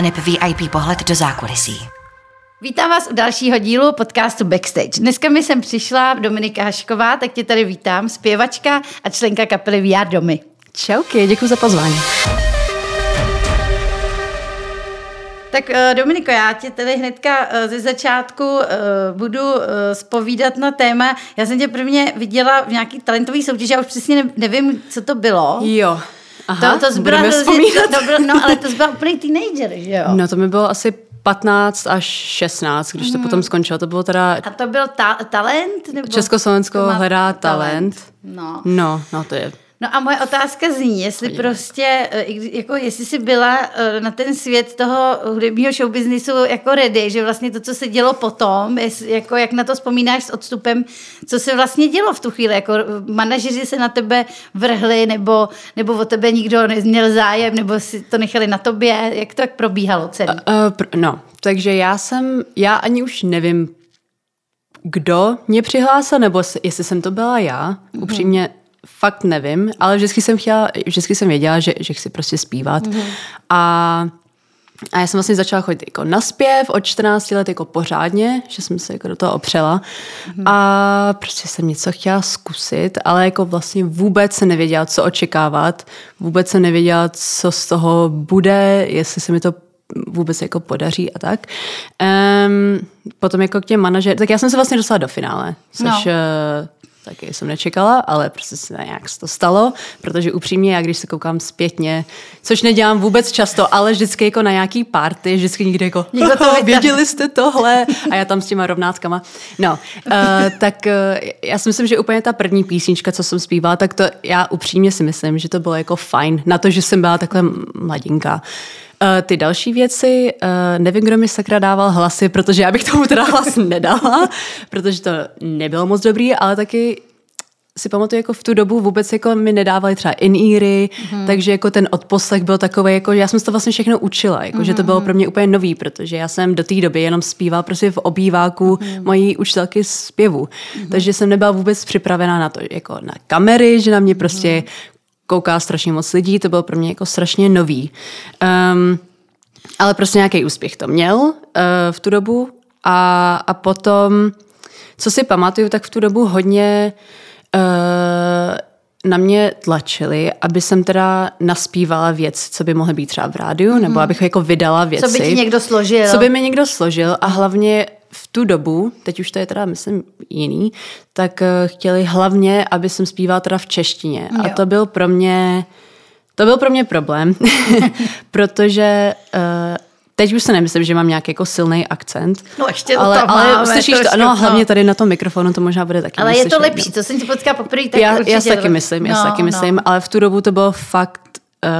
aneb VIP pohled do zákulisí. Vítám vás u dalšího dílu podcastu Backstage. Dneska mi sem přišla Dominika Hašková, tak tě tady vítám, zpěvačka a členka kapely VR Domy. Čauky, děkuji za pozvání. Tak Dominiko, já tě tady hnedka ze začátku budu zpovídat na téma. Já jsem tě prvně viděla v nějaký talentový soutěži, já už přesně nevím, co to bylo. Jo. Aha, to budeme vzpomínat. Ale to byl úplný teenager, že jo? No to mi bylo asi 15 až 16, když to potom skončilo. To bylo teda... A to byl talent? Nebo Československo hledá talent. No, to je... No a moje otázka zní, jestli prostě, jako jestli jsi byla na ten svět toho hudebního showbiznisu jako ready, že vlastně to, co se dělo potom, jako jak na to vzpomínáš s odstupem, co se vlastně dělo v tu chvíli, jako manažeři se na tebe vrhli, nebo o tebe nikdo neměl zájem, nebo si to nechali na tobě, jak to jak probíhalo celý? No, takže já ani už nevím, kdo mě přihlásil, nebo jestli jsem to byla já, upřímně fakt nevím, ale vždycky jsem věděla, že chci prostě zpívat. A já jsem vlastně začala chodit jako na zpěv od 14 let jako pořádně, že jsem se jako do toho opřela. A prostě jsem něco chtěla zkusit, ale jako vlastně vůbec se nevěděla, co očekávat. Vůbec jsem nevěděla, co z toho bude, jestli se mi to vůbec jako podaří a tak. Potom jako k těm manažerům, tak já jsem se vlastně dostala do finále, což... Taky jsem nečekala, ale prostě se nějak to stalo, protože upřímně já, když se koukám zpětně, což nedělám vůbec často, ale vždycky jako na nějaký party, vždycky někde jako věděli jste tohle a já tam s těma rovnátkama. No, tak já si myslím, že úplně ta první písnička, co jsem zpívala, tak to já upřímně si myslím, že to bylo jako fajn na to, že jsem byla takhle mladinka. Ty další věci, nevím, kdo mi sakra dával hlasy, protože já bych tomu teda hlas nedala, protože to nebylo moc dobrý, ale taky si pamatuju, jako v tu dobu vůbec jako mi nedávali třeba in-eary, takže jako ten odposlech byl takový, jako já jsem se to vlastně všechno učila, jako že to bylo pro mě úplně nový, protože já jsem do té doby jenom zpívala prostě v obýváku mojí učitelky zpěvu, takže jsem nebyla vůbec připravená na to, jako na kamery, že na mě prostě kouká strašně moc lidí, to bylo pro mě jako strašně nový. Ale prostě nějaký úspěch to měl v tu dobu a potom, co si pamatuju, tak v tu dobu hodně na mě tlačili, aby jsem teda naspívala věc, co by mohly být třeba v rádiu, nebo abych jako vydala věci. Co by ti někdo složil. Co by mi někdo složil a hlavně v tu dobu, teď už to je teda, myslím, jiný, tak chtěli hlavně, aby jsem zpívala teda v češtině. Jo. A to byl pro mě problém, protože teď už se nemyslím, že mám nějaký jako silný akcent. No ještě ale slyšíš to, no hlavně tady na tom mikrofonu to možná bude taky. Ale je to lepší, to jsem ti potkala poprvé, tak já určitě. Já si taky myslím, ale v tu dobu to bylo fakt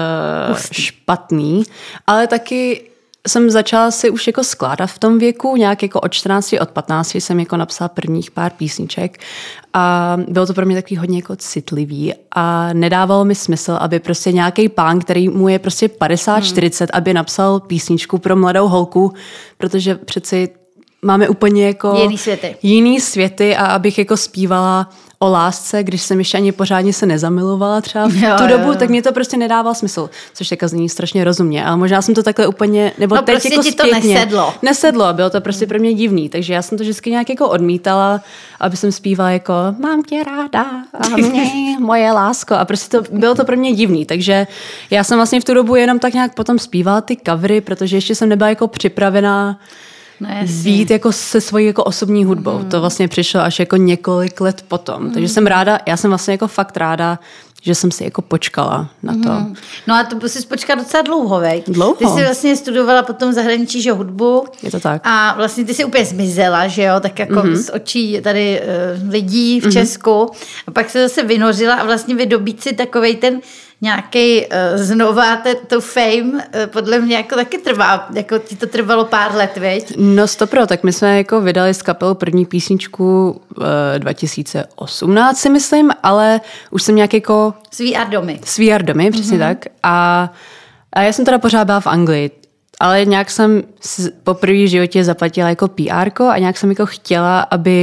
špatný, ale taky jsem začala si už jako skládat v tom věku, nějak jako od 14, od 15 jsem jako napsala prvních pár písniček a bylo to pro mě takový hodně jako citlivý a nedávalo mi smysl, aby prostě nějaký pán, který mu je prostě 50-40, aby napsal písničku pro mladou holku, protože přeci máme úplně jako jiný světy a abych jako zpívala o lásce, když jsem ještě ani pořádně se nezamilovala třeba v tu dobu, tak mě to prostě nedával smysl, což teďka zní strašně rozumně, ale možná jsem to takhle úplně, nebo teď prostě jako ti zpětně. To nesedlo, bylo to prostě pro mě divný, takže já jsem to vždycky nějak jako odmítala, aby jsem zpívala jako mám tě ráda a mě, moje lásko a prostě bylo to pro mě divný, takže já jsem vlastně v tu dobu jenom tak nějak potom zpívala ty covery, protože ještě jsem nebyla jako připravená být jako se svojí jako osobní hudbou. To vlastně přišlo až jako několik let potom. Takže jsem ráda, já jsem vlastně jako fakt ráda, že jsem si jako počkala na to. No a to jsi počkala docela dlouho, veď? Dlouho. Ty jsi vlastně studovala potom v zahraničí, že hudbu. Je to tak. A vlastně ty jsi úplně zmizela, že jo, tak jako z očí tady lidí v Česku. A pak se zase vynořila a vlastně vydobít si takovej ten nějaký znova to fame, podle mě jako taky trvá, jako ti to trvalo pár let, viď? No 100%, tak my jsme jako vydali s kapelou první písničku 2018 si myslím, ale už jsem nějak jako... S VR Domy, přesně tak. A já jsem teda pořád byla v Anglii, ale nějak jsem po první životě zaplatila jako PR-ko a nějak jsem jako chtěla,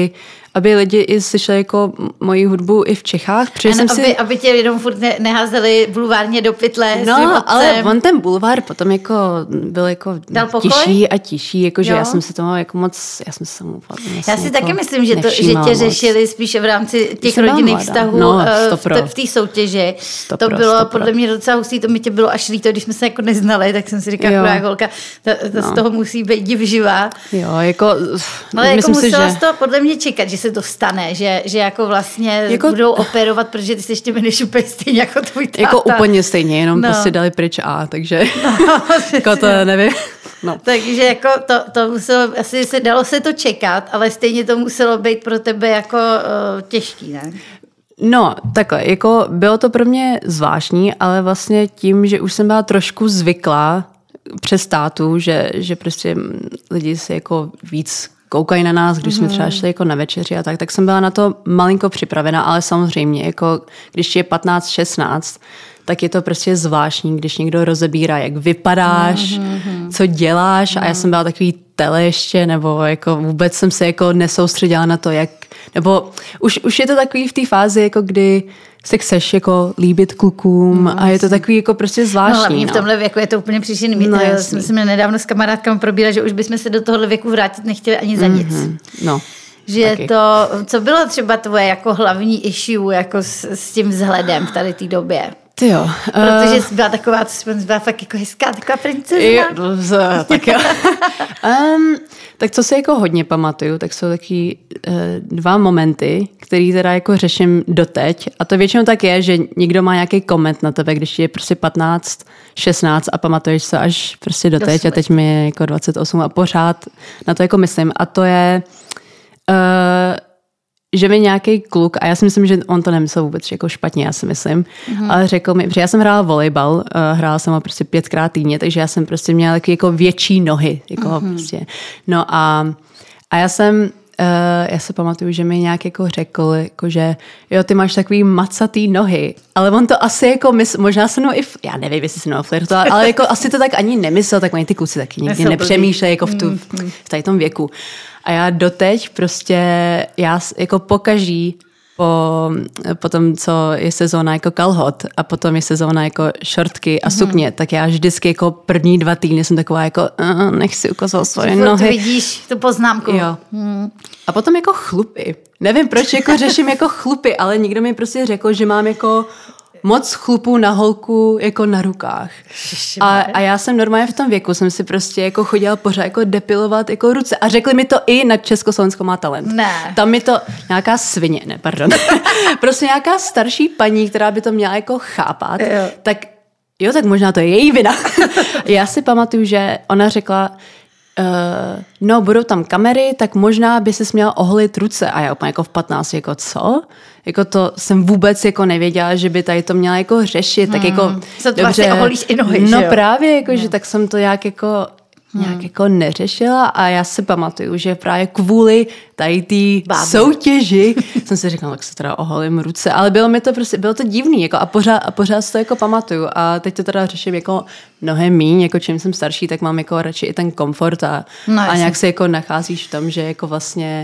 aby lidi i slyšeli jako moji hudbu i v Čechách. Aby tě jenom furt neházeli bulvárně do pytle. No, ale on ten bulvár potom jako byl jako tišší a tišší, jakože já jsem se tomu jako moc, já si jako taky myslím, že tě řešili spíše v rámci těch rodinných vztahů v té soutěži. To bylo podle mě docela hustý, to mi tě bylo až líto, když jsme se jako neznali, tak jsem si říkala, kurá holka, ta z toho musí být div živá. Jo, jako... Ale jako musela to podle mě čekat, že se to stane, že jako vlastně budou operovat, protože ty se ještě jmenuješ úplně stejně jako tvůj táta. Jako úplně stejně, jenom prostě dali pryč A, takže jako to nevím. No. Takže jako to muselo, asi se dalo se to čekat, ale stejně to muselo být pro tebe jako těžký, ne? No, takhle, jako bylo to pro mě zvláštní, ale vlastně tím, že už jsem byla trošku zvyklá přes tátu, že prostě lidi si jako víc koukají na nás, když jsme třeba šli jako na večeři a tak jsem byla na to malinko připravena, ale samozřejmě, jako když je 15-16, tak je to prostě zvláštní, když někdo rozebírá, jak vypadáš, co děláš a já jsem byla takový tele ještě, nebo jako vůbec jsem se jako nesoustředila na to, jak, nebo už je to takový v té fázi, jako kdy se chceš jako líbit klukům a je to takový jako prostě zvláštní. No hlavně v tomhle věku je to úplně příšerný. Jsme nedávno s kamarádkami probírali, že už bychom se do tohohle věku vrátit nechtěli ani za nic. No. Že taky. Co bylo třeba tvoje jako hlavní issue jako s tím vzhledem v tady té době? Jo. Protože jsi byla taková, byla fakt jako hezká, taková princezna. Tak jo. Tak co si jako hodně pamatuju, tak jsou taky 2 momenty, který teda jako řeším doteď. A to většinou tak je, že někdo má nějaký koment na tebe, když je prostě 15, 16 a pamatuješ se až prostě doteď a teď mi je jako 28 a pořád na to jako myslím. A to je... že mi nějaký kluk, a já si myslím, že on to nemyslel vůbec jako špatně, já si myslím, ale řekl mi, protože já jsem hrála volejbal, hrála jsem ho prostě 5krát týdně, takže já jsem prostě měla taky jako větší nohy, jako prostě. No a já si pamatuju, že mi nějak jako řekl, jako že jo, ty máš takový macatý nohy, ale on to asi jako možná se mnou já nevím, jestli se mnou flirtoval, ale jako asi to tak ani nemyslel, tak mají ty kluci taky nikdy nepřemýšlejí jako v tady tom věku. A já doteď prostě, já jako pokaždý po tom, co je sezóna jako kalhot a potom je sezóna jako šortky a sukně, tak já vždycky jako první 2 týdny jsem taková jako nechci ukazovat svoje nohy. Ty vidíš tu poznámku. Jo. A potom jako chlupy. Nevím, proč jako řeším jako chlupy, ale někdo mi prostě řekl, že mám jako moc chlupů na holku jako na rukách. A já jsem normálně v tom věku, jsem si prostě jako chodila pořád jako depilovat jako ruce. A řekli mi to i na Československo má talent. Ne. Tam mi to nějaká svině, prostě nějaká starší paní, která by to měla jako chápat, tak možná to je její vina. Já si pamatuju, že ona řekla, no, budou tam kamery, tak možná by ses měla oholit ruce. A já úplně jako v 15, jako co? Jako to jsem vůbec jako nevěděla, že by tady to měla jako řešit. Tak jako, dobře, vlastně oholíš i nohy, no že jo? Právě, jako, že tak jsem to nějak jako neřešila a já si pamatuju, že právě kvůli tady té soutěži jsem si říkala, tak se teda oholím ruce, ale bylo to divný jako, a pořád si to jako pamatuju a teď to teda řeším jako mnohem míň, jako čím jsem starší, tak mám jako radši i ten komfort a nějak se jako nacházíš v tom, že jako vlastně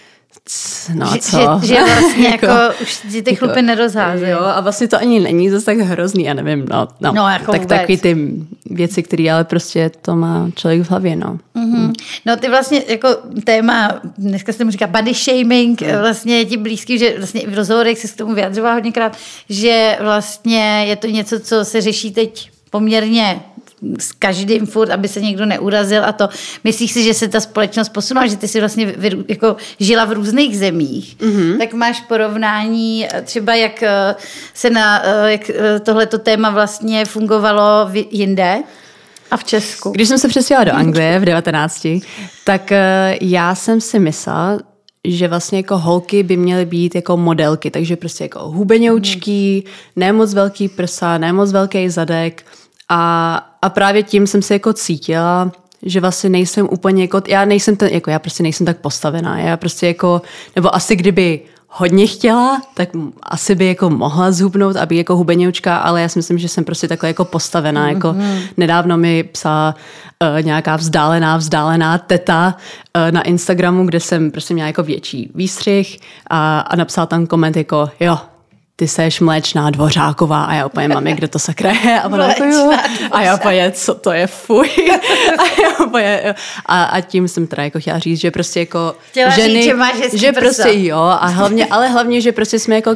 že vlastně jako už ty chlupy nerozházejí. Jo, a vlastně to ani není zase tak hrozný, já nevím, jako tak takový ty věci, které ale prostě to má člověk v hlavě, No ty vlastně jako téma, dneska se tomu říká body shaming, vlastně je ti blízký, že vlastně i v rozhovorech se k tomu vyjadřovala hodněkrát, že vlastně je to něco, co se řeší teď poměrně s každým furt, aby se někdo neurazil a to. Myslíš si, že se ta společnost posunula, že ty jsi vlastně jako žila v různých zemích, tak máš porovnání třeba, jak tohleto téma vlastně fungovalo jinde a v Česku? Když jsem se přestěhovala do Anglie v 19, tak já jsem si myslela, že vlastně jako holky by měly být jako modelky, takže prostě jako hubeňoučký, ne moc velký prsa, ne moc velký zadek. A právě tím jsem se jako cítila, že vlastně nejsem úplně jako, já prostě nejsem tak postavená, já prostě jako, nebo asi kdyby hodně chtěla, tak asi by jako mohla zhubnout a být jako hubeněučka, ale já si myslím, že jsem prostě takhle jako postavená. Jako nedávno mi psala nějaká vzdálená teta na Instagramu, kde jsem prostě měla jako větší výstřih a napsala tam koment jako jo, ty seš mléčná Dvořáková a já úplně mám, kde to sakra je a ona jako jo. A já úplně, co to je, fuj. A já úplně, a tím jsem teda jako chtěla říct, že prostě jako chtěla ženy, říct, že máš hezký že prsa. prostě jo, a hlavně, že prostě jsme jako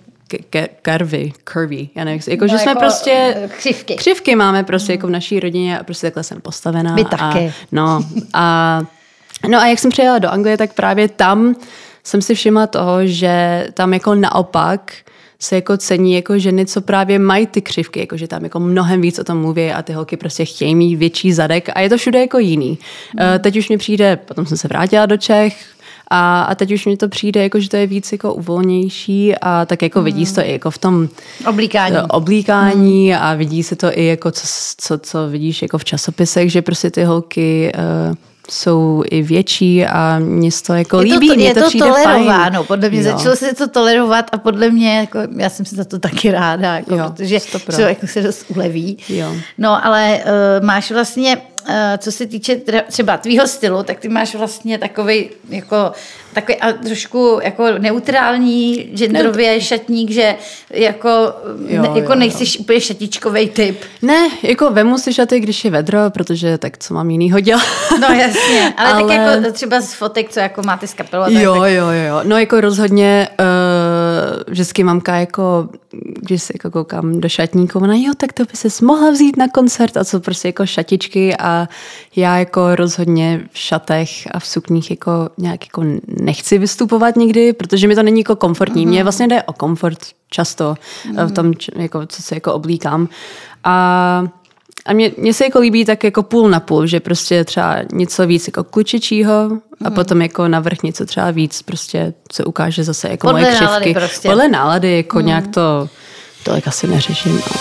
curvy, já nevím, jako, no, že jsme jako prostě křivky máme prostě jako v naší rodině a prostě takhle jsem postavená. My taky. A jak jsem přijela do Anglie, tak právě tam jsem si všimla toho, že tam jako naopak se jako cení jako ženy, co právě mají ty křivky, jako že tam jako mnohem víc o tom mluví a ty holky prostě chtějí mít větší zadek a je to všude jako jiný. Teď už mi přijde, potom jsem se vrátila do Čech a teď už mi to přijde, jako, že to je víc jako uvolnější a tak jako vidí se to i jako v tom oblíkání a vidí se to i jako co vidíš jako v časopisech, že prostě ty holky jsou i větší a mě to jako líbí, mě to přijde tolerováno, fajn. Podle mě začalo se to tolerovat a podle mě, jako, já jsem si za to taky ráda, jako, protože člověk se dost uleví. Jo. No, ale máš vlastně, co se týče třeba tvýho stylu, tak ty máš vlastně takový a trošku jako neutrální genderově šatník, že jako nejsi úplně šatičkovej typ. Ne, jako vemu si šaty, když je vedro, protože tak co mám jinýho dělat. No jasně, ale tak jako třeba z fotek, co jako máte z kapelu. Jo. No jako rozhodně vždycky mamka jako, když se jako koukám do šatníku, ona jo, tak to by ses mohla vzít na koncert a co prostě jako šatičky a já jako rozhodně v šatech a v sukních jako nějak jako nechci vystupovat nikdy, protože mi to není jako komfortní. Mně vlastně jde o komfort často v tom, jako, co se jako oblíkám. A mně se jako líbí tak jako půl na půl, že prostě třeba něco víc jako klučičího a potom jako navrch něco třeba víc prostě, co ukáže zase jako moje křivky. Nálady prostě. Podle nálady, jako nějak to tolik asi neřeším. No.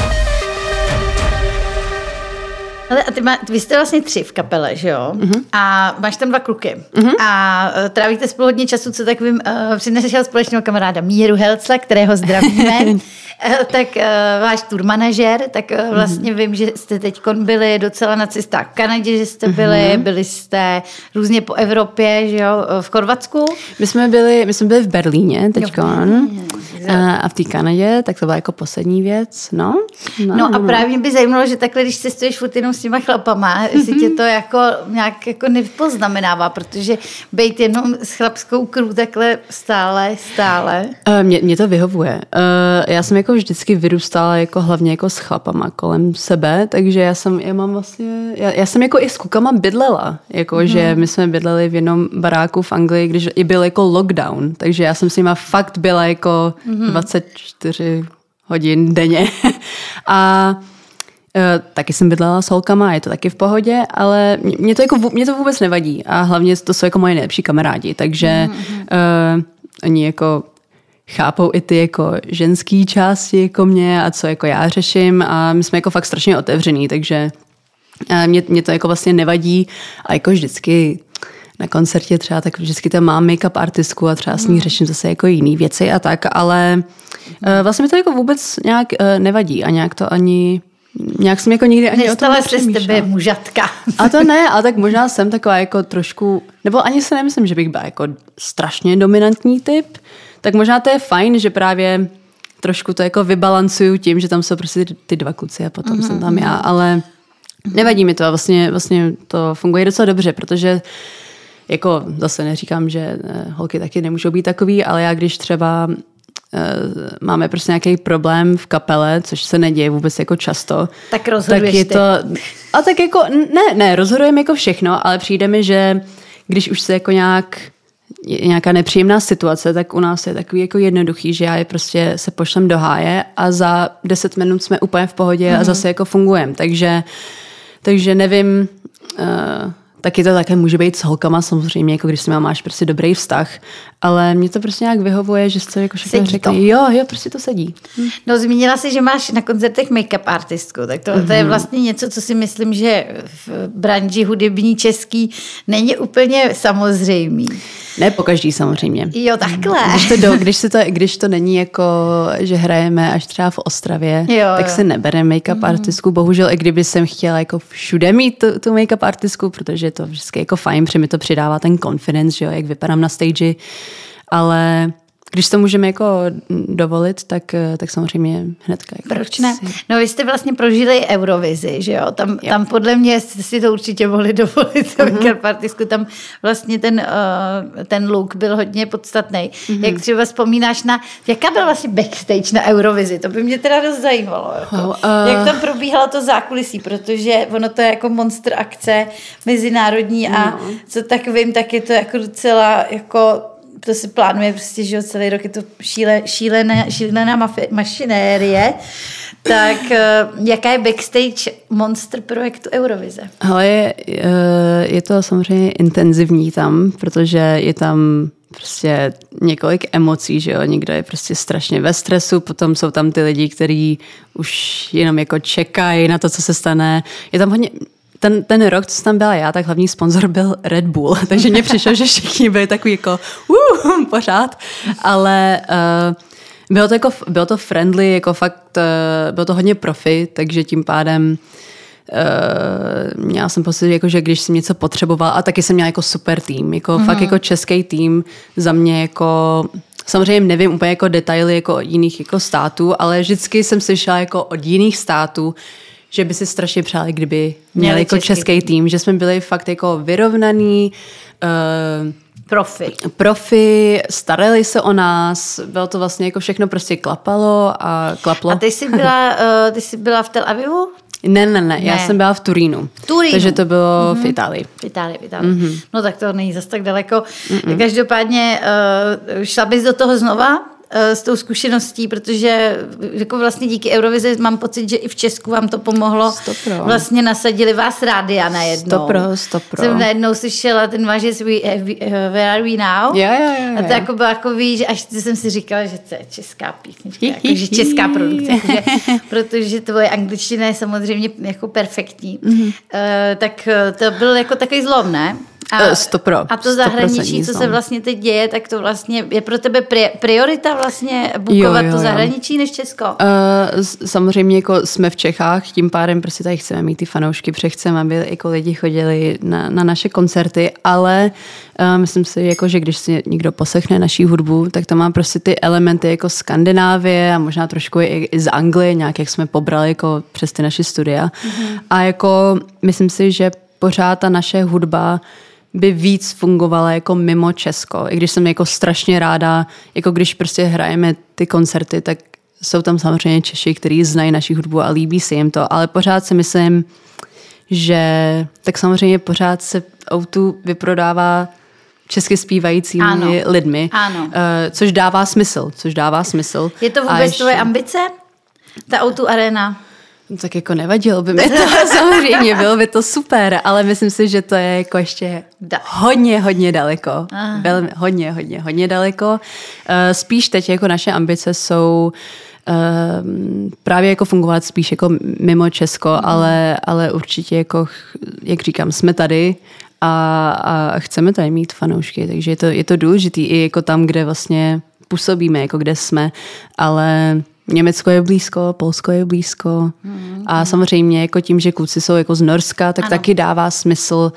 Ale a vy jste vlastně 3 v kapele, že jo? A máš tam 2 kluky. A trávíte spolu hodně času, co tak vím, přinesl společného kamaráda Míru Helcla, kterého zdravíme. Tak váš tour manažer, tak vlastně vím, že jste teď byli docela na cestách v Kanadě, že jste byli jste různě po Evropě, že jo, v Chorvatsku. My jsme byli v Berlíně teďkon a v té Kanadě, tak to byla jako poslední věc, no. A právě mě by zajímalo, že takhle, když cestuješ furt jenom s těma chlapama, jestli tě to jako nějak jako nepoznamenává, protože bejt jenom s chlapskou crew takhle stále. Mě to vyhovuje. Já jsem jako vždycky vyrůstala jako hlavně jako s chlapama kolem sebe, takže já jsem jako i s klukama bydlela, jako že my jsme bydleli v jednom baráku v Anglii, když i byl jako lockdown, takže já jsem s nima fakt byla jako 24 hodin denně a taky jsem bydlela s holkama, je to taky v pohodě, ale mě to vůbec nevadí a hlavně to jsou jako moje nejlepší kamarádi, takže oni jako chápou i ty jako ženský části jako mě a co jako já řeším a my jsme jako fakt strašně otevřený, takže mě to jako vlastně nevadí a jako vždycky na koncertě třeba, tak vždycky tam mám make-up artistku a třeba s ní řeším zase jako jiný věci a tak, ale vlastně mi to jako vůbec nějak nevadí a nějak to ani nějak jsem jako nikdy ani o tom nepřemýšlela. Se z tebe mužatka. A to ne, ale tak možná jsem taková jako trošku, nebo ani se nemyslím, že bych byla jako strašně dominantní typ, tak možná to je fajn, že právě trošku to jako vybalancuju tím, že tam jsou prostě ty 2 kluci a potom jsem tam já, ale nevadí mi to a vlastně to funguje docela dobře, protože jako zase neříkám, že holky taky nemůžou být takový, ale já když třeba máme prostě nějaký problém v kapele, což se neděje vůbec jako často. Tak rozhoduješ tak je to, a tak jako, ne, rozhodujeme jako všechno, ale přijde mi, že když už se jako nějaká nepříjemná situace, tak u nás je takový jako jednoduchý, že já je prostě se pošlem do háje a za 10 minut jsme úplně v pohodě a zase jako fungujeme. Takže nevím, taky to také může být s holkama samozřejmě, jako když s nimi máš prostě dobrý vztah, ale mě to prostě nějak vyhovuje, že jste jako všechno řekli. Jo, prostě to sedí. No, zmínila jsi, že máš na koncertech make-up artistku, tak to je vlastně něco, co si myslím, že v branži hudební český není úplně samozřejmý. Ne pokaždý samozřejmě. Jo, takhle. Když to není jako, že hrajeme až třeba v Ostravě, tak si nebereme make-up artistku. Bohužel, i kdyby jsem chtěla jako všude mít tu make-up artistku, protože je to vždycky jako fajn, protože mi to přidává ten confidence, že jo, jak vypadám na stage, ale když to můžeme jako dovolit, tak samozřejmě hnedka. Jako proč ne? No vy jste vlastně prožili Eurovizi, že jo? Tam podle mě jste si to určitě mohli dovolit, make-up artistku, tam vlastně ten look byl hodně podstatný. Jak třeba vzpomínáš jaká byla vlastně backstage na Eurovizi? To by mě teda dost zajímalo. Jako. Jak tam probíhalo to zákulisí, protože ono to je jako monster akce mezinárodní a co tak vím, tak je to jako docela jako to si plánuje prostě, že celý rok je to šílená mašinérie. Tak jaká je backstage monster projektu Eurovize? Hele, je to samozřejmě intenzivní tam, protože je tam prostě několik emocí, že jo, někdo je prostě strašně ve stresu, potom jsou tam ty lidi, kteří už jenom jako čekají na to, co se stane. Je tam hodně... Ten rok, co jsem tam byla já, tak hlavní sponzor byl Red Bull, takže mně přišlo, že všichni byli takový jako pořád, ale bylo to friendly, jako fakt, bylo to hodně profi, takže tím pádem měla jsem pocit, jako, že když jsem něco potřebovala, a taky jsem měla jako super tým, jako fakt jako český tým za mě jako... Samozřejmě nevím úplně jako detaily jako od jiných jako států, ale vždycky jsem slyšela jako od jiných států, že by si strašně přáli, kdyby měli jako český tým, že jsme byli fakt jako vyrovnaný, profi, starali se o nás, bylo to vlastně jako všechno prostě klaplo. A ty jsi byla v Tel Avivu? Ne, já jsem byla v Turínu. Takže to bylo v Itálii. V Itálii. No tak to není zas tak daleko. Každopádně šla bys do toho znova? S tou zkušeností, protože jako vlastně díky Eurovizi mám pocit, že i v Česku vám to pomohlo. Vlastně nasadili vás rádia najednou. 100%. Jsem najednou slyšela ten váš Where Are We Now? Jo. A to jako bylo jako že až jsem si říkala, že to je česká písnička, jakože česká produkce, protože tvoje angličtina je samozřejmě jako perfektní. Tak to byl jako takový zlom, ne? A to zahraničí, co se vlastně teď děje, tak to vlastně je pro tebe priorita vlastně bukovat to zahraničí než Česko? Samozřejmě jako jsme v Čechách, tím pádem prostě tady chceme mít ty fanoušky, protože chceme, aby jako lidi chodili na naše koncerty, ale myslím si, jako, že když si někdo poslechne naší hudbu, tak to má prostě ty elementy jako Skandinávie a možná trošku i z Anglie, nějak jak jsme pobrali jako přes ty naše studia. A jako myslím si, že pořád ta naše hudba by víc fungovala jako mimo Česko. I když jsem jako strašně ráda, jako když prostě hrajeme ty koncerty, tak jsou tam samozřejmě Češi, kteří znají naši hudbu a líbí se jim to, ale pořád si myslím, že tak samozřejmě pořád se O2 vyprodává česky zpívajícími lidmi, což dává smysl. Je to vůbec tvoje ambice? Ta O2 Arena? Tak jako nevadilo by mi to, samozřejmě bylo by to super, ale myslím si, že to je jako ještě hodně daleko. Velmi, hodně daleko. Spíš teď jako naše ambice jsou právě jako fungovat spíš jako mimo Česko, ale určitě jako, jak říkám, jsme tady a chceme tady mít fanoušky, takže je to důležitý i jako tam, kde vlastně působíme, jako kde jsme, ale Německo je blízko, Polsko je blízko a samozřejmě jako tím, že kluci jsou jako z Norska, tak taky dává smysl,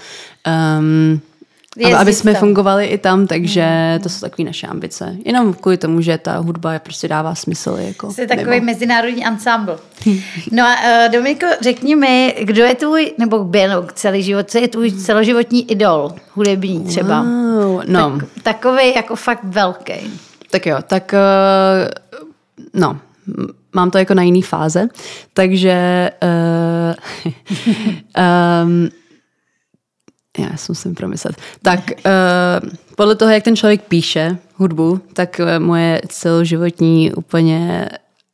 aby jsme fungovali i tam, takže to jsou takové naše ambice. Jenom kvůli tomu, že ta hudba prostě dává smysl. Jako jsi takový mezinárodní ansámbl. No a Dominiko, řekni mi, kdo je tvůj, nebo byl celý život, co je tvůj celoživotní idol hudební třeba? No. Takovej jako fakt velký. Tak jo, tak mám to jako na jiný fáze, takže já si musím promyslet. Tak podle toho, jak ten člověk píše hudbu, tak moje celoživotní úplně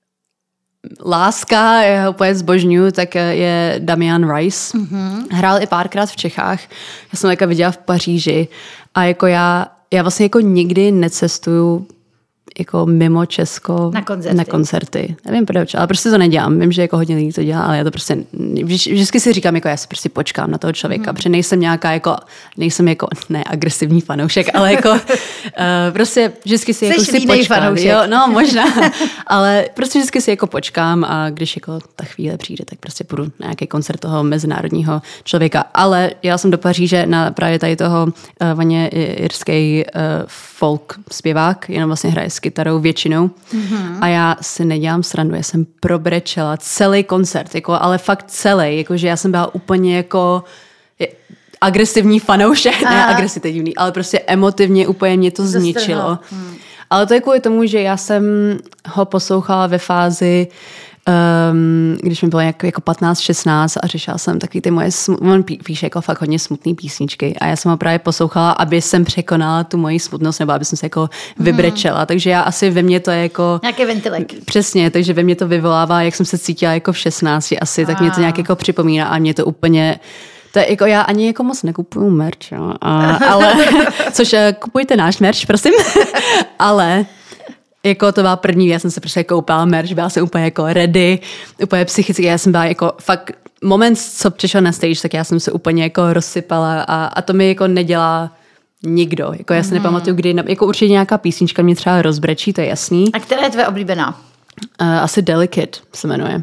láska, já ho úplně zbožňuju, tak je Damian Rice. Hrál i párkrát v Čechách. Já jsem viděla v Paříži a jako já vlastně jako nikdy necestuju jako mimo Česko na koncerty. Nevím proč, ale prostě to nedělám. Vím, že jako hodně lidí to dělá, ale já to prostě vždycky si říkám, jako já si prostě počkám na toho člověka, protože nejsem ne agresivní fanoušek, ale jako prostě vždycky si jako si počkám. Fanoušek. Jo, no možná, ale prostě vždycky si jako počkám a když jako ta chvíle přijde, tak prostě půjdu na nějaký koncert toho mezinárodního člověka. Ale já jsem do Paříže na právě tady toho Vaně irský folk zpěvák, jenom vlastně hraje s kytarou většinou. A já si nedělám srandu, já jsem probrečela celý koncert, jako, ale fakt celý, jakože já jsem byla úplně jako agresivní fanoušek, ne agresivní, ale prostě emotivně úplně mě to zničilo. Ale to je kvůli tomu, že já jsem ho poslouchala ve fázi, když mi bylo jako 15-16 a řešila jsem taky ty moje, on píše jako fakt hodně smutný písničky a já jsem ho právě poslouchala, aby jsem překonala tu moji smutnost nebo aby jsem se jako vybrečela, takže já asi ve mně to je jako... Nějaký ventilek. Přesně, takže ve mně to vyvolává, jak jsem se cítila jako v 16 asi, tak mě to nějak jako připomíná a mě to úplně... To je jako, já ani jako moc nekupuju merch, jo, ale, což kupujte náš merch, prosím, ale jako to byla první, já jsem se prostě koupala merch, byla jsem úplně jako ready, úplně psychicky, já jsem byla jako fakt, moment, co přišel na stage, tak já jsem se úplně jako rozsypala a to mi jako nedělá nikdo, jako já se nepamatuju, kdy, jako určitě nějaká písnička mě třeba rozbrečí, to je jasný. A která je tvoje oblíbená? Asi Delicate se jmenuje.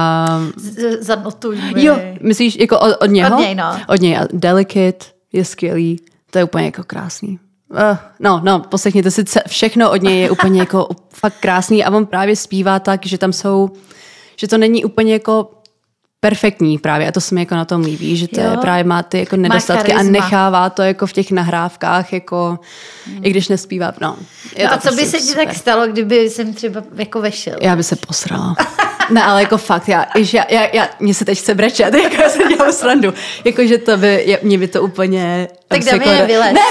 Zanotuj mi. Jo, myslíš jako od něho? Od něj, no. Od něj. Delicate je skvělý. To je úplně jako krásný. No, poslechněte si, všechno od něj je úplně jako fakt krásný a on právě zpívá tak, že tam jsou, že to není úplně jako perfektní právě a to se mi jako na tom líbí, že to je, právě má ty jako nedostatky a nechává to jako v těch nahrávkách jako, i když nespívá, no a co by se ti tak stalo, kdyby jsem třeba jako vešel? Já by se posrala. Ne, ale jako fakt, mě se teď chce brečet, jako já se dělám srandu. Jakože to by, mě by to úplně... Tak dáme je vylez. Ne,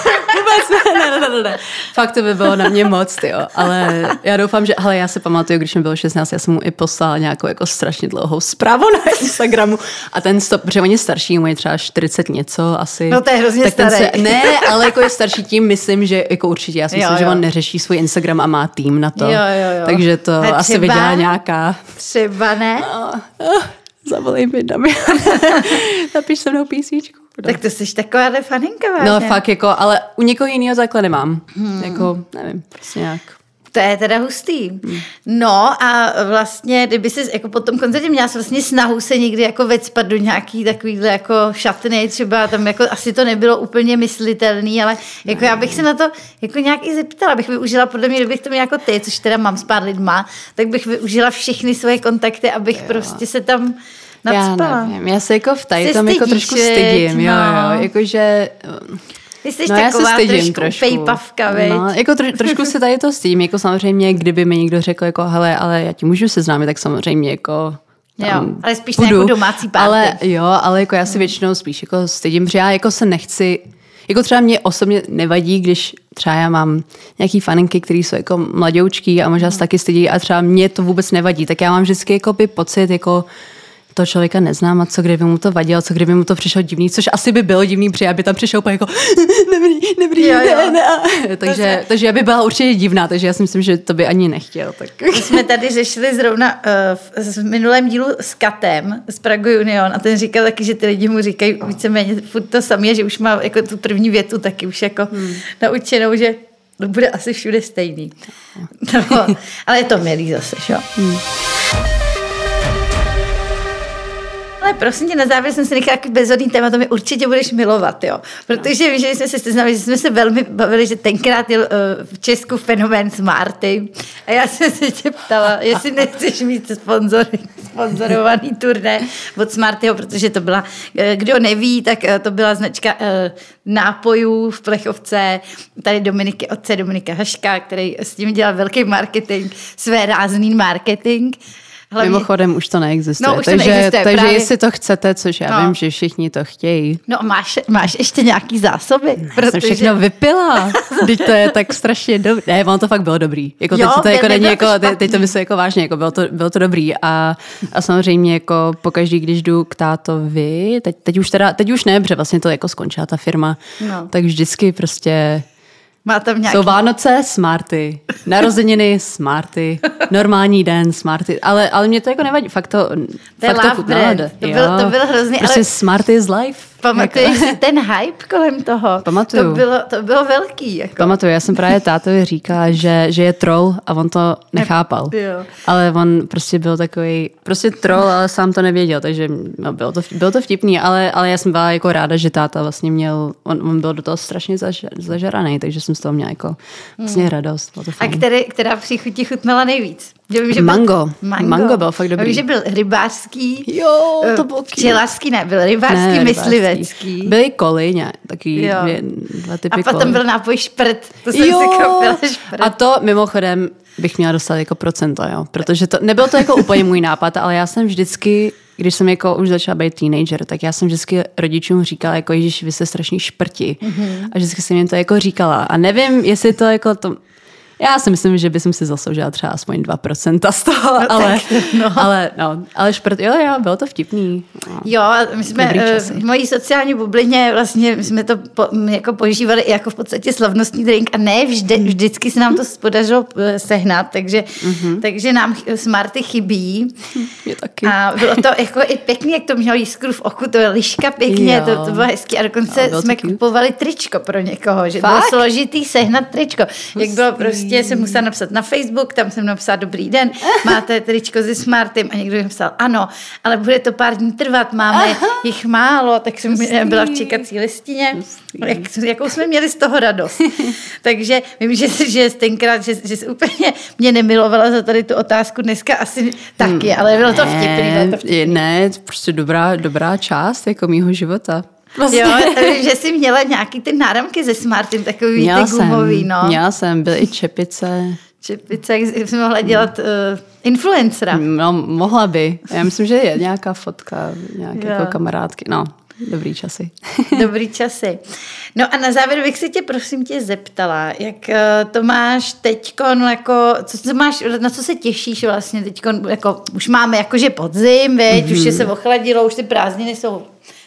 vůbec ne. Fakt to by bylo na mě moc, tyjo. Ale já doufám, že, já se pamatuju, když mi bylo 16, já jsem mu i poslala nějakou jako strašně dlouhou zprávu na Instagramu a ten protože on je starší, mu je třeba 40 něco asi. No to je hrozně starý. Ne, ale jako je starší tím, myslím, že jako určitě, já si myslím, že on neřeší svůj Instagram a má tým na to. Jo. Takže to asi viděla nějaká... Třeba ne? Zavolej mi, Damian. Napiš se mnou písničku. Tak to jsi taková faninka, vážně. No fakt, jako, ale u někoho jiného takhle nemám. Jako, nevím, prostě nějak. To je teda hustý. No a vlastně, kdyby jsi jako po tom koncertě měla vlastně snahu se někdy jako vecpat do nějaký takovýhle jako šatny, třeba tam jako asi to nebylo úplně myslitelný, ale jako já bych se na to jako nějak i zeptala, bych využila, podle mě, kdybych to měla jako ty, což teda mám s pár lidma, tak bych využila všechny svoje kontakty, abych prostě se tam nadspala. Já nevím, já se jako v tady tam jako trošku stydím, jo, jakože... Ty jsi taková trošku pejpavka, veď? No, jako trošku se tady to stydím, jako samozřejmě, kdyby mi někdo řekl, jako hele, ale já ti můžu seznámit, tak samozřejmě jako... Jo, ale spíš na jako domácí party. Ale jako já si většinou spíš jako stydím, že já jako se nechci... Jako třeba mě osobně nevadí, když třeba já mám nějaký faninky, který jsou jako mladoučký a možná se taky stydí a třeba mě to vůbec nevadí, tak já mám vždycky jako pocit, jako toho člověka neznám a co kdyby mu to vadilo, co kdyby mu to přišlo divný, což asi by bylo divný, protože já by tam přišel úplně jako nebrý, ne. Takže já by byla určitě divná, takže já si myslím, že to by ani nechtěl. Tak. My jsme tady řešili zrovna v minulém dílu s Katem z Prague Union a ten říkal taky, že ty lidi mu říkají víceméně furt to samé, že už má jako tu první větu taky už jako naučenou, že to bude asi všude stejný. No, ale je to milý zase, jo. Ale prosím tě, na závěr jsem si nechala bezhodný téma, to mi určitě budeš milovat, jo. Protože víš, že jsme se seznali, že jsme se velmi bavili, že tenkrát jel v Česku fenomén Smarty. A já jsem se tě ptala, jestli nechceš mít sponzorovaný turné od Smartyho, protože to byla, kdo neví, tak to byla značka nápojů v Plechovce, tady otce Dominika Haška, který s tím dělal velký marketing, své rázný marketing. Hlavně... Mimochodem už to neexistuje. No, už to neexistuje, takže jestli to chcete, což já vím, že všichni to chtějí. No máš ještě nějaký zásoby? Ne, protože... jsem všechno vypila. Teď to je tak strašně dobrý. Ne, ono to fakt bylo dobrý. Jako, teď to jako není jako, teď to myslím jako vážně, jako bylo to dobrý. A samozřejmě jako pokaždý, když jdu k tátovi, teď už ne, protože vlastně to jako skončila ta firma, tak vždycky prostě Má tam nějaký... Jsou Vánoce, Smarty. Narozeniny, Smarty. Normální den, Smarty. Ale mě to jako nevadí. Fakt to chutnalo. To byl hrozný. Prostě ale... Smarty is life. Pamatuješ si ten hype kolem toho? Pamatuju. To bylo velký. Jako. Pamatuju, já jsem právě tátovi říkala, že je troll a on to nechápal. Jo. Ale on prostě byl takový, prostě troll, ale sám to nevěděl, takže no, bylo to vtipný, ale já jsem byla jako ráda, že táta vlastně měl, on byl do toho strašně zažaraný, takže jsem z toho měla jako vlastně radost. Bylo to fajn. A která příchutí chutnala nejvíc? Vím, že Mango byl fakt dobrý. Vím, že byl rybářský. Jo, to byl včelařský ne, byl rybářský, myslivecký. Byly koly, taky dva typy a potom koly. byl nápoj šprt. To jsem si koupila šprt. A to mimochodem bych měla dostat jako procento, jo. Protože to, nebyl to jako úplně můj nápad, ale já jsem vždycky, když jsem jako už začala být teenager, tak já jsem vždycky rodičům říkala, jako Ježíš, vy jste strašný šprti. Mm-hmm. A vždycky jsem jim to jako říkala. A nevím, jestli to jako to... Já si myslím, že bych si zasloužila třeba aspoň 2% z toho, ale šprt, jo, bylo to vtipný. No. Jo, my jsme v mojí sociální bublině vlastně my jsme to jako požívali i jako v podstatě slavnostní drink a ne vždycky se nám to podařilo sehnat, takže nám Smarty chybí. Mě taky. A bylo to jako i pěkný, jak to mělo jiskru v oku, to je liška pěkně, to bylo hezký a dokonce jsme kupovali tričko pro někoho, že bylo složitý sehnat tričko. Jak bylo prostě, jsem musela napsat na Facebook, tam jsem napsala dobrý den, máte tričko se Smartym a někdo mi napsal ano, ale bude to pár dní trvat, máme jich málo, tak jsem byla v čekací listině, jakou jsme měli z toho radost. Takže vím, že tenkrát, že jsi úplně mě nemilovala za tady tu otázku, dneska asi taky, ale bylo to vtipný. Ne, prostě dobrá část jako mýho života. Vlastně. Jo, že jsi měla nějaký ty náramky ze Smartym, takový ty gumový, no. Měla jsem, byly i čepice. Čepice, jak jsi mohla dělat influencera. No, mohla by. Já myslím, že je nějaká fotka, nějaké jako kamarádky, no. Dobrý časy. Dobrý časy. No a na závěr bych se tě, prosím tě, zeptala, jak to máš teďkon, jako, co máš, na co se těšíš vlastně teďkon, jako, už máme jakože podzim, veď, už se ochladilo, už ty prázdniny jsou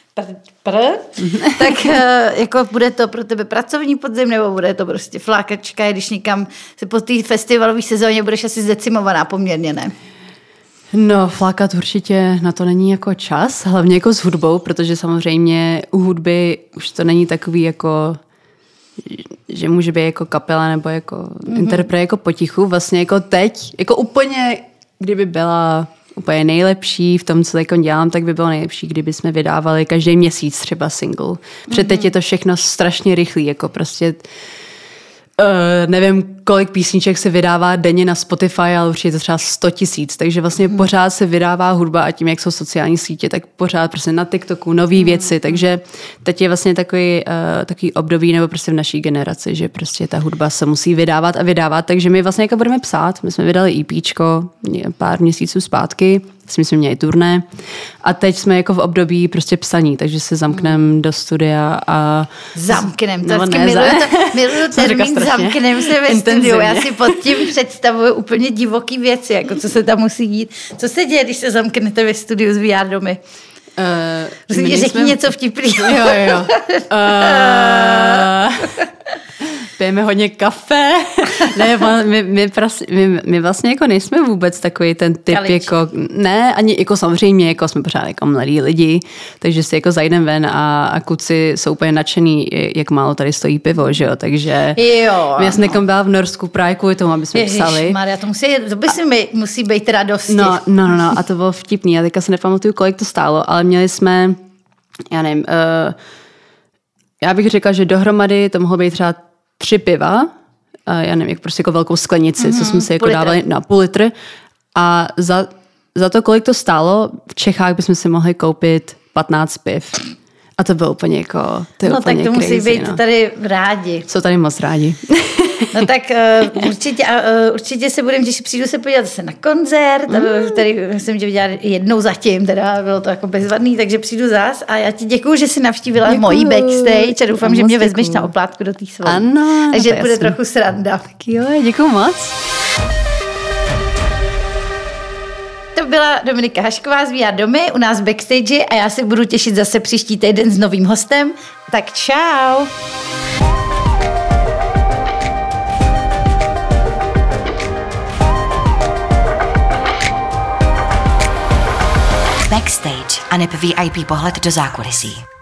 tak jako bude to pro tebe pracovní podzim, nebo bude to prostě flákačka, když někam se po té festivalové sezóně budeš asi zdecimovaná poměrně, ne? No, flákat určitě na to není jako čas, hlavně jako s hudbou, protože samozřejmě u hudby už to není takový jako, že může být jako kapela nebo jako interpret jako potichu, vlastně jako teď, jako úplně, kdyby byla úplně nejlepší v tom, co teď dělám, tak by bylo nejlepší, kdyby jsme vydávali každý měsíc třeba single. Protože teď je to všechno strašně rychlý, jako prostě nevím, kolik písniček se vydává denně na Spotify, ale určitě to třeba 100 000, takže vlastně pořád se vydává hudba a tím, jak jsou sociální sítě, tak pořád prostě na TikToku nový věci, takže teď je vlastně takový období, nebo prostě v naší generaci, že prostě ta hudba se musí vydávat a vydávat, takže my vlastně jako budeme psát, my jsme vydali EPčko pár měsíců zpátky, my jsme měli turné a teď jsme jako v období prostě psaní, takže se zamkneme do studia a... Zamknem, to miluju termín zamknem se ve studiu. Já si pod tím představuju úplně divoký věci, jako co se tam musí dít. Co se děje, když se zamknete ve studiu s VR domy? Řekni něco vtipného. Jo. Pijeme hodně kafe. Ne, my vlastně jako nejsme vůbec takový ten typ, jako, ne, ani jako samozřejmě, jako jsme pořád jako mladí lidi, takže si jako zajdeme ven a kluci jsou úplně nadšený, jak málo tady stojí pivo, že jo, takže my jsem někam byla v Norsku právě kvůli tomu, aby jsme psali. Maria, to musí být radosti. No, a to bylo vtipný, a teďka se nepamatuju, kolik to stálo, ale měli jsme, já nevím, já bych řekla, že dohromady to mohlo být třeba 3 piva, já nevím, jak prostě jako velkou sklenici, co jsme si jako dávali na půl litr a za to, kolik to stálo, v Čechách bychom si mohli koupit 15 piv. A to bylo úplně jako, to je úplně tak to crazy, musí být tady rádi. Jsou tady moc rádi. No tak určitě se budeme těšit, přijdu se podívat zase na koncert, který jsem tě viděla jednou zatím, teda bylo to jako bezvadný, takže přijdu zas a já ti děkuju, že jsi navštívila mojí backstage a doufám, že mě vezmeš na oplátku do té svojí. Ano. Takže bude trochu sranda. Tak jo, děkuju moc. To byla Dominika Hašková z VR Domy u nás backstage a já se budu těšit zase příští týden s novým hostem. Tak čau! aneb VIP pohled do zákulisí.